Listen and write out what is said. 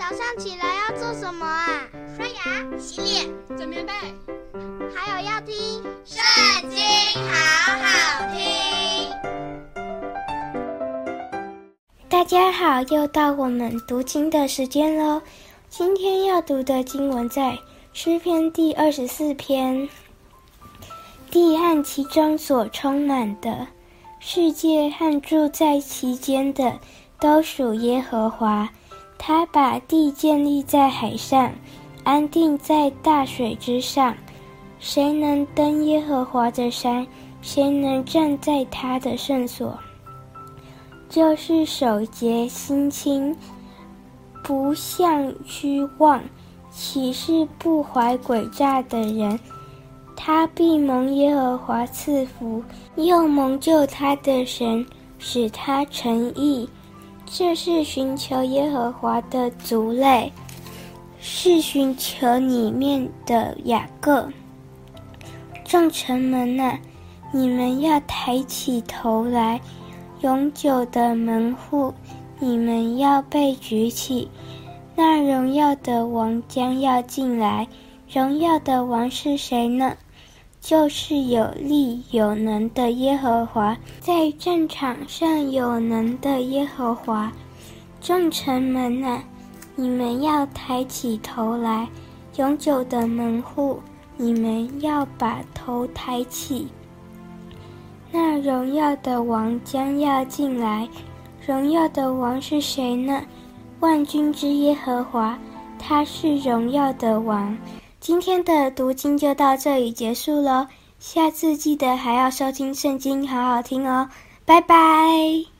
早上起来要做什么啊？ 刷牙、洗脸、 整棉被， 还有要听《 圣经》，好好听。 大家好，又到我们读经的时间咯。今天要读的经文在诗篇第24篇。地和其中所充满的，世界和住在其间的，都属耶和华。他把地建立在海上，安定在大水之上。谁能登耶和华的山？谁能站在他的圣所？就是手洁心清，不向虚妄，岂是不怀诡诈的人。他必蒙耶和华赐福，又蒙救他的神，使他成义。这是寻求耶和华的族类，是寻求里面的雅各。众城门啊，你们要抬起头来，永久的门户，你们要被举起。那荣耀的王将要进来，荣耀的王是谁呢？就是有力有能的耶和华，在战场上有能的耶和华。众城门啊，你们要抬起头来，永久的门户，你们要把头抬起。那荣耀的王将要进来，荣耀的王是谁呢？万军之耶和华，他是荣耀的王。今天的读经就到这里结束咯，下次记得还要收听圣经，好好听哦，拜拜。